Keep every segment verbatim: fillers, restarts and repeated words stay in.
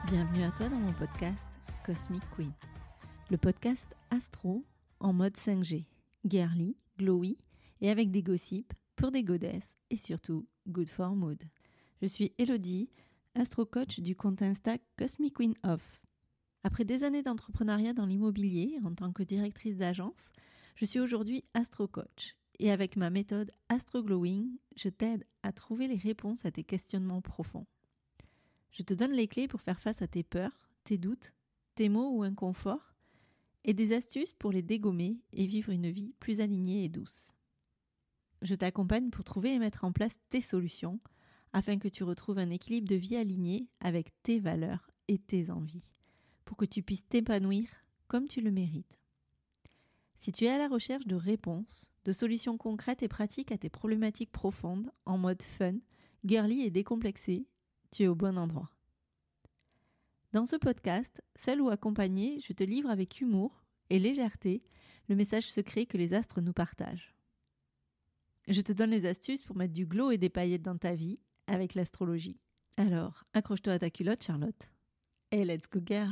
Bienvenue à toi dans mon podcast Cosmic Queen, le podcast astro en mode cinq G, girly, glowy et avec des gossips pour des godesses et surtout good for mood. Je suis Elodie, astro-coach du compte Insta Cosmic Queen Off. Après des années d'entrepreneuriat dans l'immobilier en tant que directrice d'agence, je suis aujourd'hui astro-coach et avec ma méthode Astro Glowing, je t'aide à trouver les réponses à tes questionnements profonds. Je te donne les clés pour faire face à tes peurs, tes doutes, tes maux ou inconforts et des astuces pour les dégommer et vivre une vie plus alignée et douce. Je t'accompagne pour trouver et mettre en place tes solutions afin que tu retrouves un équilibre de vie aligné avec tes valeurs et tes envies pour que tu puisses t'épanouir comme tu le mérites. Si tu es à la recherche de réponses, de solutions concrètes et pratiques à tes problématiques profondes en mode fun, girly et décomplexé, tu es au bon endroit. Dans ce podcast, seul ou accompagné, je te livre avec humour et légèreté le message secret que les astres nous partagent. Je te donne les astuces pour mettre du glow et des paillettes dans ta vie avec l'astrologie. Alors, accroche-toi à ta culotte, Charlotte. Et let's go, girl!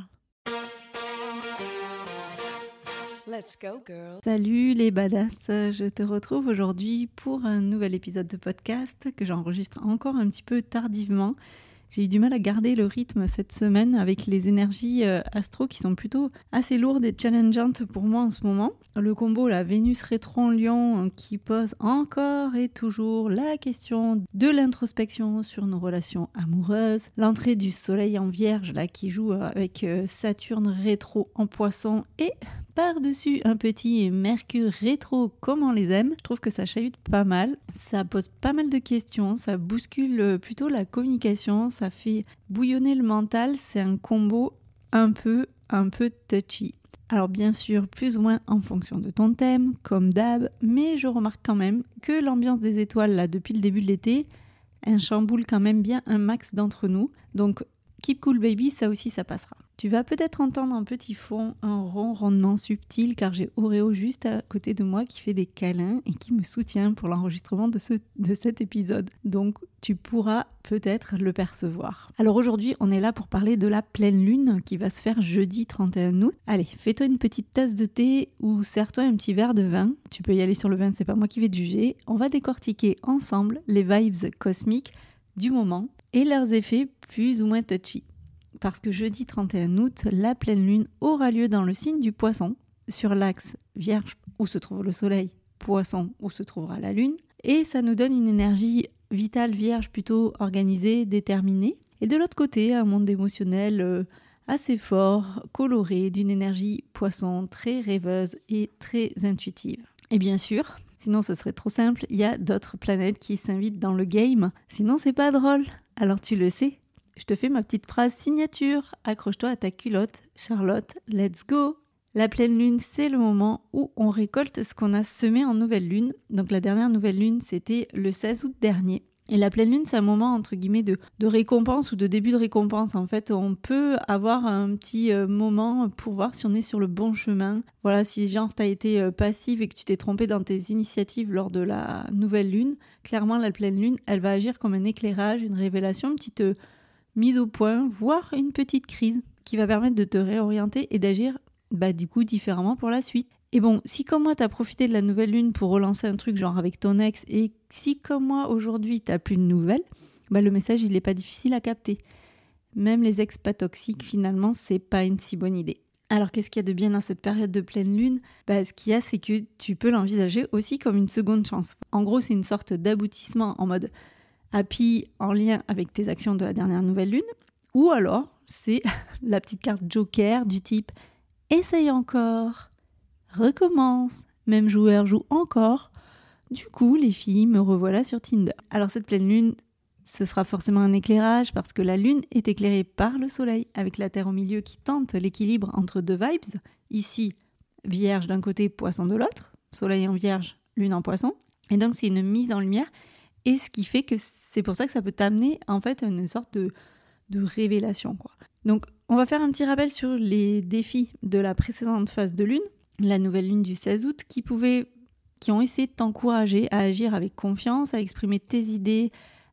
Let's go, girl. Salut les badass, je te retrouve aujourd'hui pour un nouvel épisode de podcast que j'enregistre encore un petit peu tardivement. J'ai eu du mal à garder le rythme cette semaine avec les énergies euh, astro qui sont plutôt assez lourdes et challengeantes pour moi en ce moment. Le combo, la Vénus rétro en Lion, qui pose encore et toujours la question de l'introspection sur nos relations amoureuses. L'entrée du Soleil en Vierge, là, qui joue avec euh, Saturne rétro en Poisson et par-dessus un petit Mercure rétro comme on les aime. Je trouve que ça chahute pas mal. Ça pose pas mal de questions, ça bouscule plutôt la communication, ça fait bouillonner le mental. C'est un combo un peu, un peu touchy. Alors bien sûr, plus ou moins en fonction de ton thème, comme d'hab, mais je remarque quand même que l'ambiance des étoiles, là, depuis le début de l'été, elle chamboule quand même bien un max d'entre nous. Donc, keep cool baby, ça aussi, ça passera. Tu vas peut-être entendre en petit fond un ronronnement subtil car j'ai Oreo juste à côté de moi qui fait des câlins et qui me soutient pour l'enregistrement de, ce, de cet épisode. Donc tu pourras peut-être le percevoir. Alors aujourd'hui, on est là pour parler de la pleine lune qui va se faire jeudi trente et un août. Allez, fais-toi une petite tasse de thé ou sers-toi un petit verre de vin. Tu peux y aller sur le vin, c'est pas moi qui vais te juger. On va décortiquer ensemble les vibes cosmiques du moment et leurs effets plus ou moins touchy. Parce que jeudi trente et un août, la pleine lune aura lieu dans le signe du Poisson, sur l'axe Vierge où se trouve le Soleil, Poisson où se trouvera la Lune, et ça nous donne une énergie vitale Vierge plutôt organisée, déterminée, et de l'autre côté, un monde émotionnel euh, assez fort, coloré, d'une énergie Poisson très rêveuse et très intuitive. Et bien sûr, sinon ce serait trop simple, il y a d'autres planètes qui s'invitent dans le game, sinon c'est pas drôle, alors tu le sais. Je te fais ma petite phrase signature. Accroche-toi à ta culotte, Charlotte, let's go! La pleine lune, c'est le moment où on récolte ce qu'on a semé en nouvelle lune. Donc la dernière nouvelle lune, c'était le seize août dernier. Et la pleine lune, c'est un moment, entre guillemets, de, de récompense ou de début de récompense. En fait, on peut avoir un petit euh, moment pour voir si on est sur le bon chemin. Voilà, si genre t'as été euh, passive et que tu t'es trompée dans tes initiatives lors de la nouvelle lune, clairement, la pleine lune, elle va agir comme un éclairage, une révélation, une petite... Euh, mise au point, voire une petite crise qui va permettre de te réorienter et d'agir bah, du coup différemment pour la suite. Et bon, si comme moi t'as profité de la nouvelle lune pour relancer un truc genre avec ton ex et si comme moi aujourd'hui t'as plus de nouvelles, bah, le message il est pas difficile à capter. Même les ex pas toxiques finalement c'est pas une si bonne idée. Alors qu'est-ce qu'il y a de bien dans cette période de pleine lune ? Bah, ce qu'il y a c'est que tu peux l'envisager aussi comme une seconde chance. En gros c'est une sorte d'aboutissement en mode happy en lien avec tes actions de la dernière nouvelle lune, ou alors c'est la petite carte joker du type essaye encore, recommence, même joueur joue encore, du coup les filles me revoilà sur Tinder. Alors cette pleine lune, ce sera forcément un éclairage parce que la lune est éclairée par le soleil avec la terre au milieu qui tente l'équilibre entre deux vibes, ici vierge d'un côté, poisson de l'autre, soleil en vierge, lune en poisson, et donc c'est une mise en lumière. Et ce qui fait que c'est pour ça que ça peut t'amener en fait à une sorte de, de révélation, quoi. Donc, on va faire un petit rappel sur les défis de la précédente phase de lune, la nouvelle lune du seize août, qui pouvaient, qui ont essayé de t'encourager à agir avec confiance, à exprimer tes idées,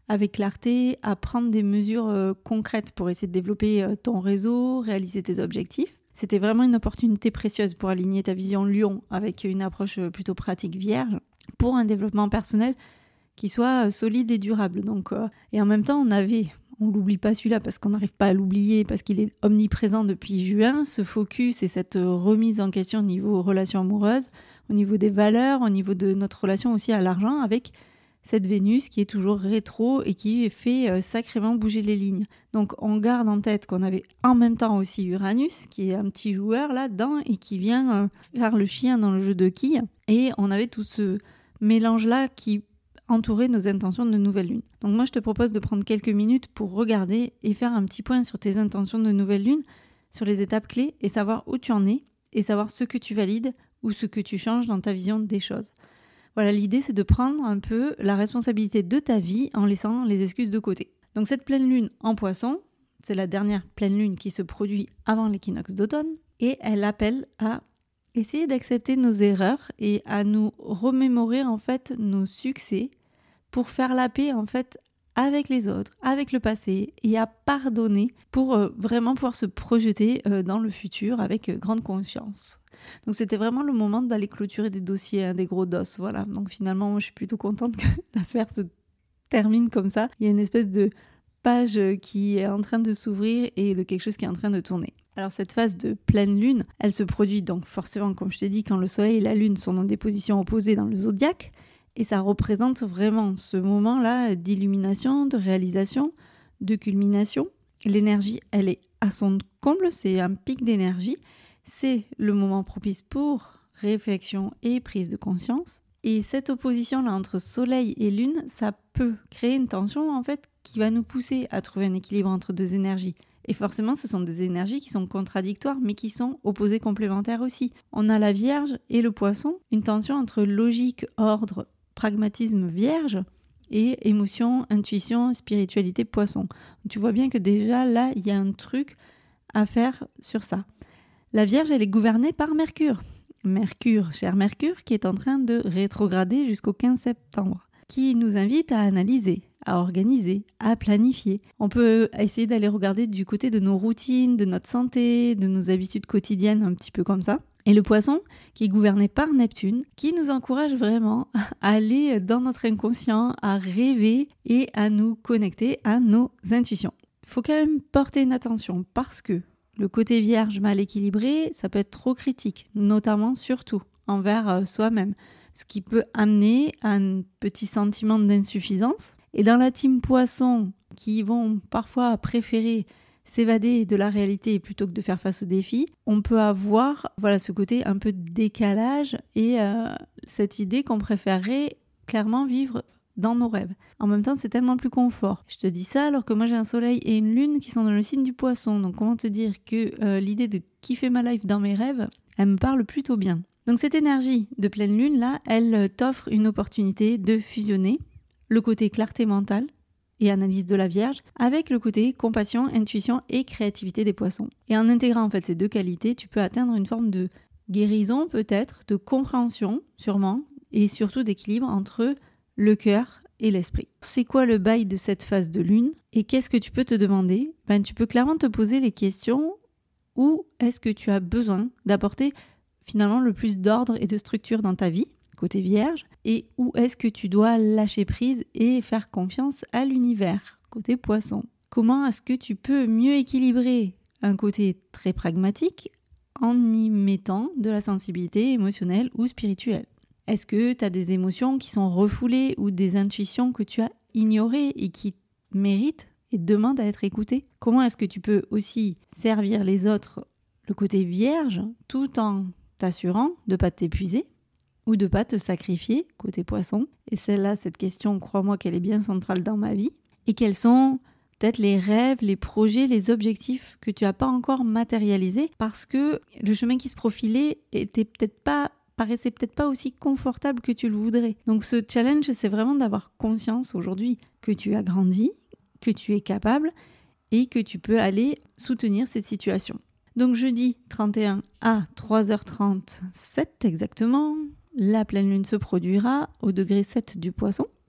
avec clarté, à prendre des mesures euh, concrètes pour essayer de développer euh, ton réseau, réaliser tes objectifs. C'était vraiment une opportunité précieuse pour aligner ta vision lion avec une approche euh, plutôt pratique vierge pour un développement personnel qui soit euh, solide et durable. Donc, euh, et en même temps, on avait, on l'oublie pas celui-là parce qu'on n'arrive pas à l'oublier, parce qu'il est omniprésent depuis juin, ce focus et cette euh, remise en question au niveau relations amoureuses, au niveau des valeurs, au niveau de notre relation aussi à l'argent avec cette Vénus qui est toujours rétro et qui fait euh, sacrément bouger les lignes. Donc on garde en tête qu'on avait en même temps aussi Uranus qui est un petit joueur là-dedans et qui vient euh, faire le chien dans le jeu de quilles. Et on avait tout ce mélange-là qui entourait nos intentions de nouvelle lune. Donc moi je te propose de prendre quelques minutes pour regarder et faire un petit point sur tes intentions de nouvelle lune, sur les étapes clés et savoir où tu en es et savoir ce que tu valides ou ce que tu changes dans ta vision des choses. Voilà, l'idée, c'est de prendre un peu la responsabilité de ta vie en laissant les excuses de côté. Donc cette pleine lune en Poisson, c'est la dernière pleine lune qui se produit avant l'équinoxe d'automne et elle appelle à essayer d'accepter nos erreurs et à nous remémorer en fait nos succès pour faire la paix en fait avec les autres, avec le passé et à pardonner pour euh, vraiment pouvoir se projeter euh, dans le futur avec euh, grande confiance. Donc c'était vraiment le moment d'aller clôturer des dossiers, hein, des gros dos, voilà. Donc finalement, moi, je suis plutôt contente que l'affaire se termine comme ça. Il y a une espèce de page qui est en train de s'ouvrir et de quelque chose qui est en train de tourner. Alors cette phase de pleine lune, elle se produit donc forcément, comme je t'ai dit, quand le soleil et la lune sont dans des positions opposées dans le zodiaque. Et ça représente vraiment ce moment-là d'illumination, de réalisation, de culmination. L'énergie, elle est à son comble, c'est un pic d'énergie. C'est le moment propice pour réflexion et prise de conscience. Et cette opposition-là entre soleil et lune, ça peut créer une tension en fait qui va nous pousser à trouver un équilibre entre deux énergies. Et forcément, ce sont des énergies qui sont contradictoires, mais qui sont opposées complémentaires aussi. On a la Vierge et le Poisson, une tension entre logique, ordre, pragmatisme Vierge et émotion, intuition, spiritualité Poisson. Tu vois bien que déjà là, il y a un truc à faire sur ça. La Vierge, elle est gouvernée par Mercure. Mercure, cher Mercure, qui est en train de rétrograder jusqu'au quinze septembre, qui nous invite à analyser, à organiser, à planifier. On peut essayer d'aller regarder du côté de nos routines, de notre santé, de nos habitudes quotidiennes, un petit peu comme ça. Et le Poisson, qui est gouverné par Neptune, qui nous encourage vraiment à aller dans notre inconscient, à rêver et à nous connecter à nos intuitions. Il faut quand même porter une attention parce que le côté vierge mal équilibré, ça peut être trop critique, notamment surtout envers soi-même, ce qui peut amener à un petit sentiment d'insuffisance. Et dans la team Poisson, qui vont parfois préférer s'évader de la réalité plutôt que de faire face aux défis, on peut avoir voilà, ce côté un peu de décalage et euh, cette idée qu'on préférerait clairement vivre dans nos rêves. En même temps, c'est tellement plus confort. Je te dis ça alors que moi j'ai un soleil et une lune qui sont dans le signe du Poisson. Donc comment te dire que euh, l'idée de kiffer ma life dans mes rêves, elle me parle plutôt bien. Donc cette énergie de pleine lune là, elle t'offre une opportunité de fusionner le côté clarté mentale et analyse de la Vierge avec le côté compassion, intuition et créativité des Poissons. Et en intégrant en fait ces deux qualités, tu peux atteindre une forme de guérison peut-être, de compréhension sûrement et surtout d'équilibre entre le cœur et l'esprit. C'est quoi le bail de cette phase de lune et qu'est-ce que tu peux te demander ? Ben, tu peux clairement te poser les questions où est-ce que tu as besoin d'apporter finalement le plus d'ordre et de structure dans ta vie, côté Vierge, et où est-ce que tu dois lâcher prise et faire confiance à l'univers, côté Poisson. Comment est-ce que tu peux mieux équilibrer un côté très pragmatique en y mettant de la sensibilité émotionnelle ou spirituelle ? Est-ce que tu as des émotions qui sont refoulées ou des intuitions que tu as ignorées et qui méritent et demandent à être écoutées ? Comment est-ce que tu peux aussi servir les autres, le côté vierge, tout en t'assurant de ne pas t'épuiser ou de ne pas te sacrifier, côté Poisson ? Et celle-là, cette question, crois-moi qu'elle est bien centrale dans ma vie. Et quels sont peut-être les rêves, les projets, les objectifs que tu n'as pas encore matérialisés parce que le chemin qui se profilait était peut-être pas paraissait peut-être pas aussi confortable que tu le voudrais. Donc ce challenge, c'est vraiment d'avoir conscience aujourd'hui que tu as grandi, que tu es capable et que tu peux aller soutenir cette situation. Donc jeudi trente et un à trois heures trente-sept exactement, la pleine lune se produira au degré sept du Poisson.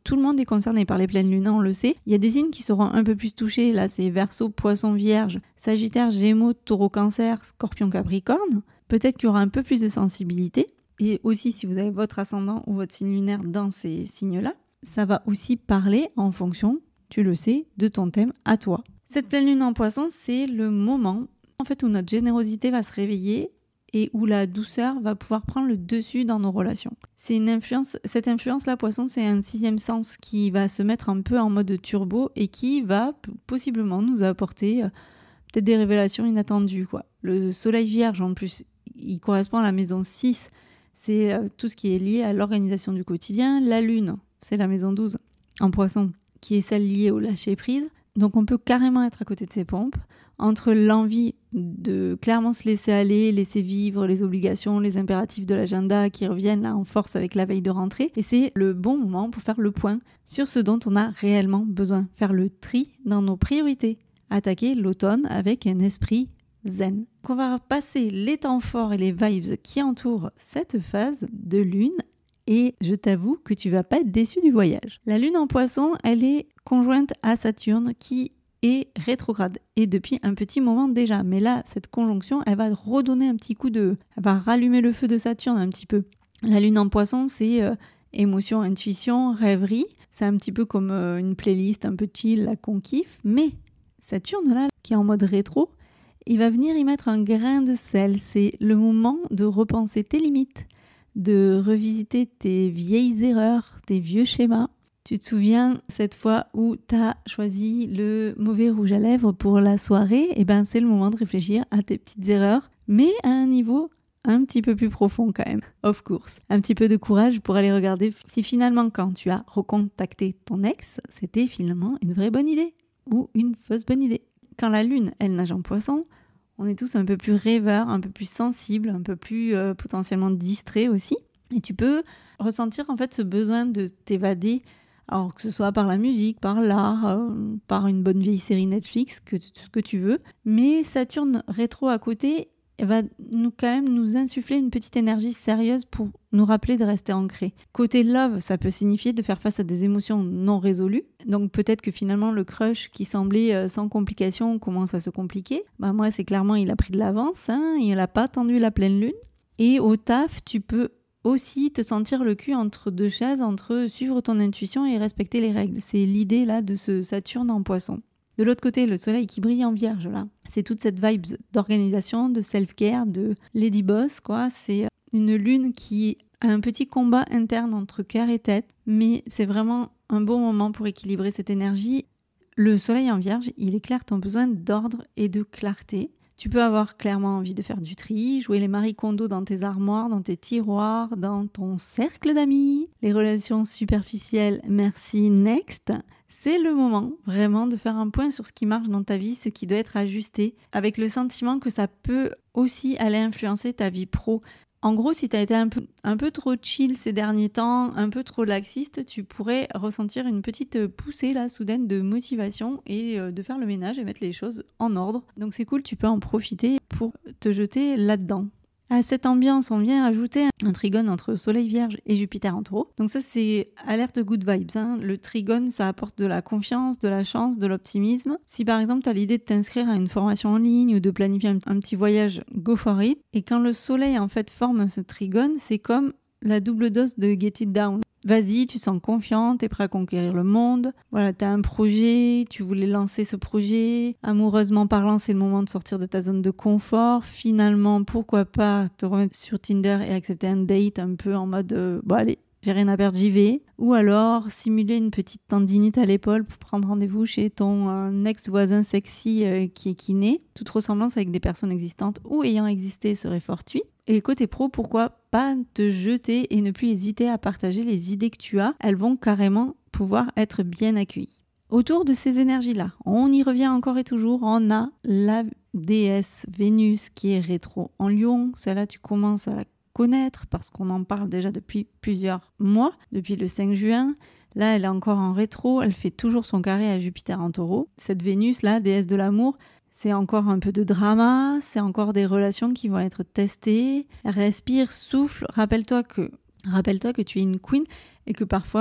tout le monde est concerné par les pleines lunes, on le sait. Il y a des signes qui seront un peu plus touchés, là c'est Verseau, Poisson, Vierge, Sagittaire, Gémeaux, Taureau, Cancer, Scorpion, Capricorne. Peut-être qu'il y aura un peu plus de sensibilité. Et aussi si vous avez votre ascendant ou votre signe lunaire dans ces signes-là, ça va aussi parler en fonction, tu le sais, de ton thème à toi. Cette pleine lune en Poisson, c'est le moment en fait où notre générosité va se réveiller et où la douceur va pouvoir prendre le dessus dans nos relations. C'est une influence, cette influence-là, Poisson, c'est un sixième sens qui va se mettre un peu en mode turbo et qui va p- possiblement nous apporter euh, peut-être des révélations inattendues, quoi. Le soleil vierge, en plus, il correspond à la maison six, c'est euh, tout ce qui est lié à l'organisation du quotidien. La lune, c'est la maison douze en Poisson, qui est celle liée au lâcher-prise. Donc on peut carrément être à côté de ses pompes, entre l'envie de clairement se laisser aller, laisser vivre les obligations, les impératifs de l'agenda qui reviennent là en force avec la veille de rentrée. Et c'est le bon moment pour faire le point sur ce dont on a réellement besoin, faire le tri dans nos priorités, attaquer l'automne avec un esprit zen. Donc on va passer les temps forts et les vibes qui entourent cette phase de lune. Et je t'avoue que tu vas pas être déçu du voyage. La lune en Poisson, elle est conjointe à Saturne qui est rétrograde et depuis un petit moment déjà. Mais là, cette conjonction, elle va redonner un petit coup de... Elle va rallumer le feu de Saturne un petit peu. La lune en Poisson, c'est euh, émotion, intuition, rêverie. C'est un petit peu comme euh, une playlist un peu chill, là, qu'on kiffe. Mais Saturne, là, qui est en mode rétro, il va venir y mettre un grain de sel. C'est le moment de repenser tes limites, de revisiter tes vieilles erreurs, tes vieux schémas. Tu te souviens cette fois où tu as choisi le mauvais rouge à lèvres pour la soirée? Et ben c'est le moment de réfléchir à tes petites erreurs, mais à un niveau un petit peu plus profond quand même, of course. Un petit peu de courage pour aller regarder si finalement quand tu as recontacté ton ex, c'était finalement une vraie bonne idée ou une fausse bonne idée. Quand la lune, elle nage en Poisson, on est tous un peu plus rêveurs, un peu plus sensibles, un peu plus euh, potentiellement distraits aussi. Et tu peux ressentir en fait ce besoin de t'évader, alors que ce soit par la musique, par l'art, euh, par une bonne vieille série Netflix, que, ce que tu veux. Mais Saturne rétro à côté, elle va nous, quand même nous insuffler une petite énergie sérieuse pour nous rappeler de rester ancrés. Côté love, ça peut signifier de faire face à des émotions non résolues. Donc peut-être que finalement le crush qui semblait euh, sans complication commence à se compliquer. Bah moi, c'est clairement, il a pris de l'avance, hein, il n'a pas attendu la pleine lune. Et au taf, tu peux aussi te sentir le cul entre deux chaises, entre suivre ton intuition et respecter les règles. C'est l'idée là de ce Saturne en Poisson. De l'autre côté, le soleil qui brille en Vierge, là, c'est toute cette vibe d'organisation, de self-care, de lady boss, quoi. C'est une lune qui a un petit combat interne entre cœur et tête, mais c'est vraiment un bon moment pour équilibrer cette énergie. Le soleil en Vierge, il éclaire ton besoin d'ordre et de clarté. Tu peux avoir clairement envie de faire du tri, jouer les Marie Kondo dans tes armoires, dans tes tiroirs, dans ton cercle d'amis. Les relations superficielles, merci, next. C'est le moment vraiment de faire un point sur ce qui marche dans ta vie, ce qui doit être ajusté, avec le sentiment que ça peut aussi aller influencer ta vie pro. En gros, si tu as été un peu, un peu trop chill ces derniers temps, un peu trop laxiste, tu pourrais ressentir une petite poussée là, soudaine de motivation et de faire le ménage et mettre les choses en ordre. Donc c'est cool, tu peux en profiter pour te jeter là-dedans. À cette ambiance, on vient ajouter un trigone entre Soleil Vierge et Jupiter en Taureau. Donc ça, c'est alerte good vibes, hein. Le trigone, ça apporte de la confiance, de la chance, de l'optimisme. Si par exemple, tu as l'idée de t'inscrire à une formation en ligne ou de planifier un, un petit voyage, go for it. Et quand le Soleil, en fait, forme ce trigone, c'est comme la double dose de Get It Down. Vas-y, tu te sens confiant, t'es prêt à conquérir le monde. Voilà, t'as un projet, tu voulais lancer ce projet. Amoureusement parlant, c'est le moment de sortir de ta zone de confort. Finalement, pourquoi pas te remettre sur Tinder et accepter un date un peu en mode euh, bon allez, j'ai rien à perdre, j'y vais. Ou alors simuler une petite tendinite à l'épaule pour prendre rendez-vous chez ton euh, ex-voisin sexy euh, qui est kiné. Toute ressemblance avec des personnes existantes ou ayant existé serait fortuite. Et côté pro, pourquoi pas te jeter et ne plus hésiter à partager les idées que tu as. Elles vont carrément pouvoir être bien accueillies. Autour de ces énergies-là, on y revient encore et toujours, on a la déesse Vénus qui est rétro en Lion. Celle-là, tu commences à la connaître parce qu'on en parle déjà depuis plusieurs mois, depuis le cinq juin. Là, elle est encore en rétro, elle fait toujours son carré à Jupiter en Taureau. Cette Vénus-là, déesse de l'amour, c'est encore un peu de drama, c'est encore des relations qui vont être testées. Respire, souffle, rappelle-toi que, rappelle-toi que tu es une queen et que parfois,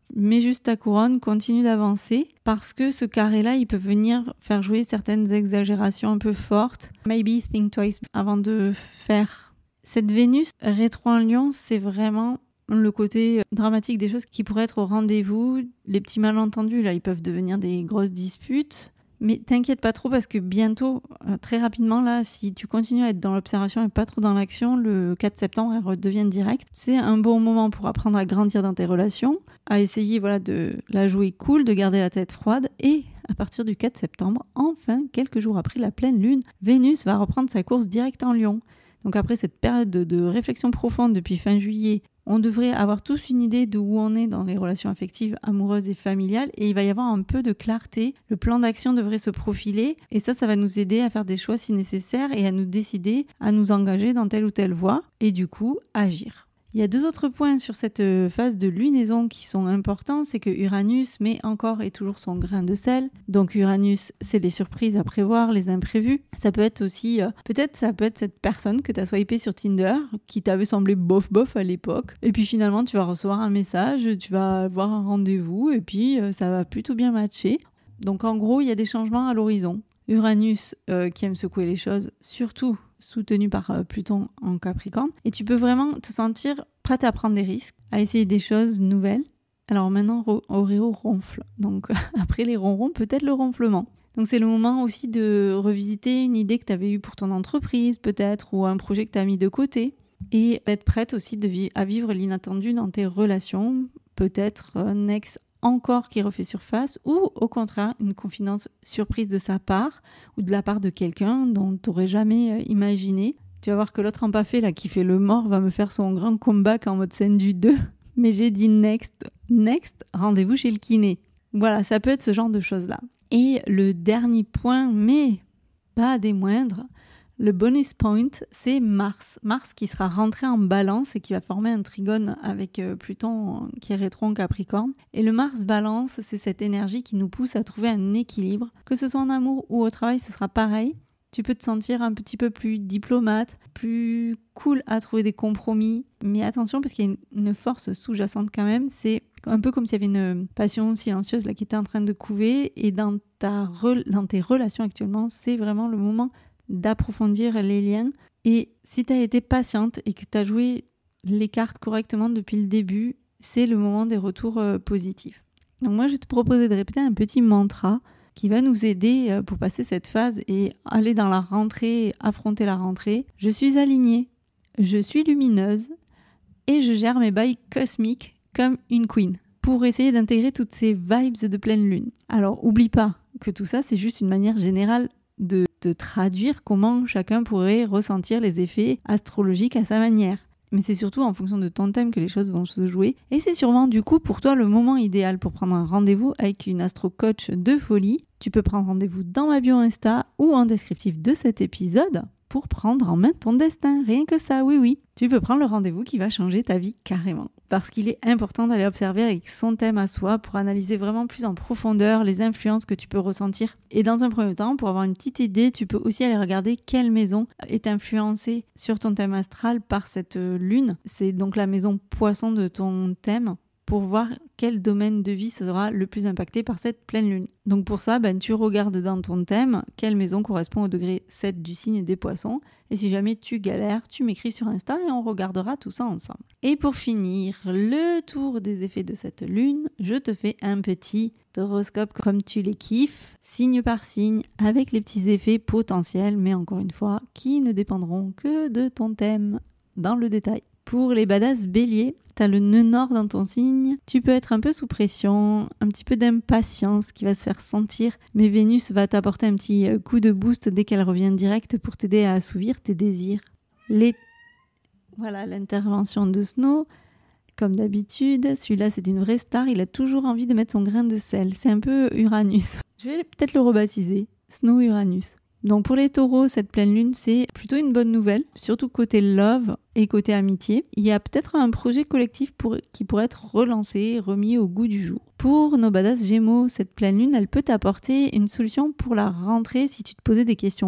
mets juste ta couronne, continue d'avancer, parce que ce carré-là, il peut venir faire jouer certaines exagérations un peu fortes. Maybe think twice avant de faire. Cette Vénus rétro en Lion, c'est vraiment le côté dramatique des choses qui pourraient être au rendez-vous. Les petits malentendus, là, ils peuvent devenir des grosses disputes. Mais t'inquiète pas trop parce que bientôt, très rapidement, là, si tu continues à être dans l'observation et pas trop dans l'action, le quatre septembre, elle redevient directe. C'est un bon moment pour apprendre à grandir dans tes relations, à essayer voilà, de la jouer cool, de garder la tête froide. Et à partir du quatre septembre, enfin, quelques jours après la pleine lune, Vénus va reprendre sa course directe en Lion. Donc après cette période de, de réflexion profonde depuis fin juillet, on devrait avoir tous une idée de où on est dans les relations affectives, amoureuses et familiales, et il va y avoir un peu de clarté. Le plan d'action devrait se profiler, et ça, ça va nous aider à faire des choix si nécessaire et à nous décider à nous engager dans telle ou telle voie, et du coup, agir. Il y a deux autres points sur cette phase de lunaison qui sont importants, c'est que Uranus met encore et toujours son grain de sel. Donc Uranus, c'est les surprises à prévoir, les imprévus. Ça peut être aussi, euh, peut-être ça peut être cette personne que tu as swipé sur Tinder, qui t'avait semblé bof bof à l'époque. Et puis finalement, tu vas recevoir un message, tu vas avoir un rendez-vous, et puis euh, ça va plutôt bien matcher. Donc en gros, il y a des changements à l'horizon. Uranus euh, qui aime secouer les choses, surtout soutenu par euh, Pluton en Capricorne. Et tu peux vraiment te sentir prête à prendre des risques, à essayer des choses nouvelles. Alors maintenant, Auréo ronfle. Donc après les ronrons, peut-être le ronflement. Donc c'est le moment aussi de revisiter une idée que tu avais eue pour ton entreprise, peut-être, ou un projet que tu as mis de côté. Et être prête aussi de vi- à vivre l'inattendu dans tes relations. Peut-être un ex encore qui refait surface, ou au contraire une confidence surprise de sa part ou de la part de quelqu'un dont tu n'aurais jamais imaginé. Tu vas voir que l'autre empaffé là qui fait le mort va me faire son grand comeback en mode scène du deux. Mais j'ai dit next, next, rendez-vous chez le kiné. Voilà, ça peut être ce genre de choses-là. Et le dernier point, mais pas des moindres, le bonus point, c'est Mars. Mars qui sera rentré en balance et qui va former un trigone avec Pluton qui est rétro en Capricorne. Et le Mars balance, c'est cette énergie qui nous pousse à trouver un équilibre. Que ce soit en amour ou au travail, ce sera pareil. Tu peux te sentir un petit peu plus diplomate, plus cool à trouver des compromis. Mais attention, parce qu'il y a une force sous-jacente quand même. C'est un peu comme s'il y avait une passion silencieuse là, qui était en train de couver. Et dans, ta re... dans tes relations actuellement, c'est vraiment le moment d'approfondir les liens. Et si tu as été patiente et que tu as joué les cartes correctement depuis le début, c'est le moment des retours euh, positifs. Donc moi, je vais te proposer de répéter un petit mantra qui va nous aider euh, pour passer cette phase et aller dans la rentrée, affronter la rentrée. Je suis alignée, je suis lumineuse et je gère mes bails cosmiques comme une queen pour essayer d'intégrer toutes ces vibes de pleine lune. Alors, oublie pas que tout ça, c'est juste une manière générale de te traduire comment chacun pourrait ressentir les effets astrologiques à sa manière. Mais c'est surtout en fonction de ton thème que les choses vont se jouer. Et c'est sûrement du coup pour toi le moment idéal pour prendre un rendez-vous avec une astro-coach de folie. Tu peux prendre rendez-vous dans ma bio Insta ou en descriptif de cet épisode pour prendre en main ton destin. Rien que ça, oui oui. Tu peux prendre le rendez-vous qui va changer ta vie carrément. Parce qu'il est important d'aller observer avec son thème à soi pour analyser vraiment plus en profondeur les influences que tu peux ressentir. Et dans un premier temps, pour avoir une petite idée, tu peux aussi aller regarder quelle maison est influencée sur ton thème astral par cette lune. C'est donc la maison poisson de ton thème, pour voir quel domaine de vie sera le plus impacté par cette pleine lune. Donc pour ça, ben, tu regardes dans ton thème quelle maison correspond au degré sept du signe des poissons. Et si jamais tu galères, tu m'écris sur Insta et on regardera tout ça ensemble. Et pour finir le tour des effets de cette lune, je te fais un petit horoscope comme tu les kiffes, signe par signe, avec les petits effets potentiels, mais encore une fois, qui ne dépendront que de ton thème dans le détail. Pour les badass béliers, tu as le nœud nord dans ton signe, tu peux être un peu sous pression, un petit peu d'impatience qui va se faire sentir, mais Vénus va t'apporter un petit coup de boost dès qu'elle revient direct pour t'aider à assouvir tes désirs. Les... Voilà l'intervention de Snow, comme d'habitude, celui-là c'est une vraie star, il a toujours envie de mettre son grain de sel, c'est un peu Uranus. Je vais peut-être le rebaptiser, Snow Uranus. Donc pour les taureaux, cette pleine lune, c'est plutôt une bonne nouvelle, surtout côté love et côté amitié. Il y a peut-être un projet collectif pour, qui pourrait être relancé, remis au goût du jour. Pour nos badass gémeaux, cette pleine lune, elle peut t'apporter une solution pour la rentrée si tu te posais des questions pro.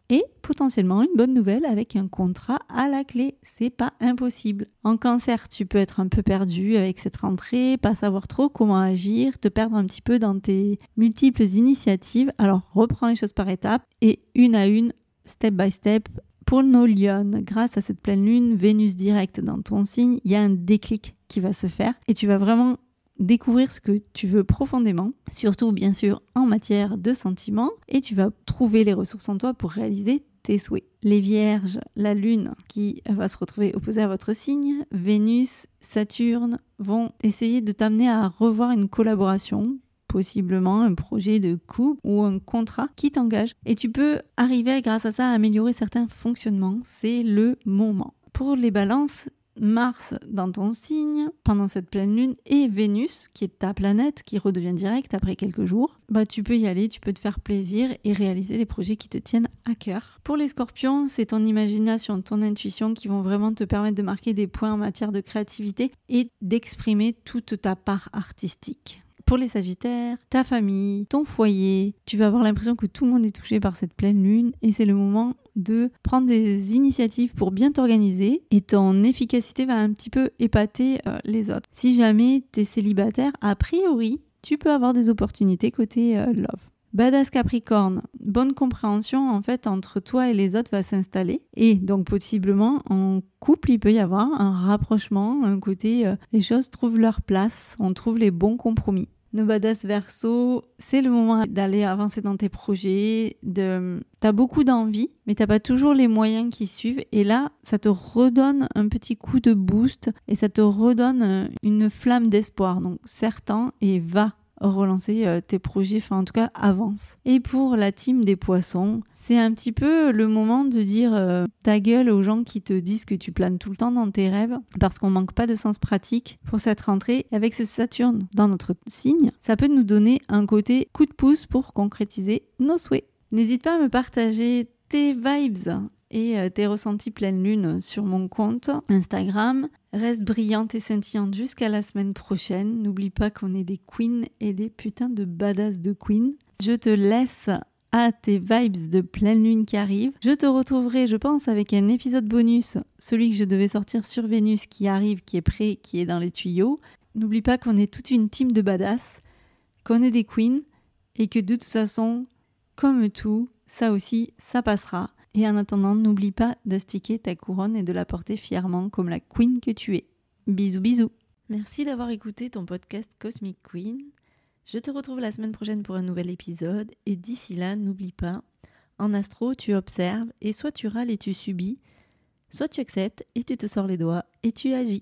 et potentiellement une bonne nouvelle avec un contrat à la clé. C'est pas impossible. En Cancer, tu peux être un peu perdu avec cette rentrée, pas savoir trop comment agir, te perdre un petit peu dans tes multiples initiatives. Alors reprends les choses par étapes et une à une, step by step. Pour nos lions, grâce à cette pleine lune, Vénus directe dans ton signe, il y a un déclic qui va se faire et tu vas vraiment découvrir ce que tu veux profondément, surtout bien sûr en matière de sentiments, et tu vas trouver les ressources en toi pour réaliser tes souhaits. Les Vierges, la Lune qui va se retrouver opposée à votre signe, Vénus, Saturne vont essayer de t'amener à revoir une collaboration, possiblement un projet de couple ou un contrat qui t'engage. Et tu peux arriver grâce à ça à améliorer certains fonctionnements. C'est le moment. Pour les Balances, Mars dans ton signe pendant cette pleine lune et Vénus qui est ta planète qui redevient directe après quelques jours, bah tu peux y aller, tu peux te faire plaisir et réaliser des projets qui te tiennent à cœur. Pour les Scorpions, c'est ton imagination, ton intuition qui vont vraiment te permettre de marquer des points en matière de créativité et d'exprimer toute ta part artistique. Pour les Sagittaires, ta famille, ton foyer, tu vas avoir l'impression que tout le monde est touché par cette pleine lune et c'est le moment de prendre des initiatives pour bien t'organiser et ton efficacité va un petit peu épater euh, les autres. Si jamais tu es célibataire, a priori, tu peux avoir des opportunités côté euh, love. Badass Capricorne, bonne compréhension en fait entre toi et les autres va s'installer et donc possiblement en couple il peut y avoir un rapprochement, un côté euh, les choses trouvent leur place, on trouve les bons compromis. Nos Badass Verseau, c'est le moment d'aller avancer dans tes projets, de... t'as beaucoup d'envie mais t'as pas toujours les moyens qui suivent et là ça te redonne un petit coup de boost et ça te redonne une flamme d'espoir, donc serre-t'en et va relancer euh, tes projets, enfin en tout cas avance. Et pour la team des poissons, c'est un petit peu le moment de dire euh, ta gueule aux gens qui te disent que tu planes tout le temps dans tes rêves parce qu'on manque pas de sens pratique pour cette rentrée. Avec ce Saturne dans notre signe, ça peut nous donner un côté coup de pouce pour concrétiser nos souhaits. N'hésite pas à me partager tes vibes et euh, tes ressentis pleine lune sur mon compte Instagram. Reste brillante et scintillante jusqu'à la semaine prochaine. N'oublie pas qu'on est des queens et des putains de badass de queens. Je te laisse à tes vibes de pleine lune qui arrivent. Je te retrouverai, je pense, avec un épisode bonus, celui que je devais sortir sur Vénus qui arrive, qui est prêt, qui est dans les tuyaux. N'oublie pas qu'on est toute une team de badass, qu'on est des queens et que de toute façon, comme tout, ça aussi, ça passera. Et en attendant, n'oublie pas d'astiquer ta couronne et de la porter fièrement comme la queen que tu es. Bisous bisous. Merci d'avoir écouté ton podcast Cosmic Queen. Je te retrouve la semaine prochaine pour un nouvel épisode. Et d'ici là, n'oublie pas, en astro, tu observes et soit tu râles et tu subis, soit tu acceptes et tu te sors les doigts et tu agis.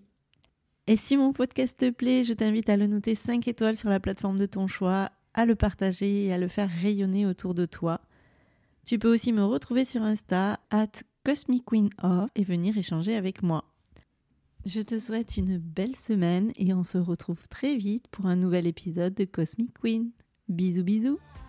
Et si mon podcast te plaît, je t'invite à le noter cinq étoiles sur la plateforme de ton choix, à le partager et à le faire rayonner autour de toi. Tu peux aussi me retrouver sur Insta, at cosmicqueenof, et venir échanger avec moi. Je te souhaite une belle semaine et on se retrouve très vite pour un nouvel épisode de Cosmic Queen. Bisous bisous.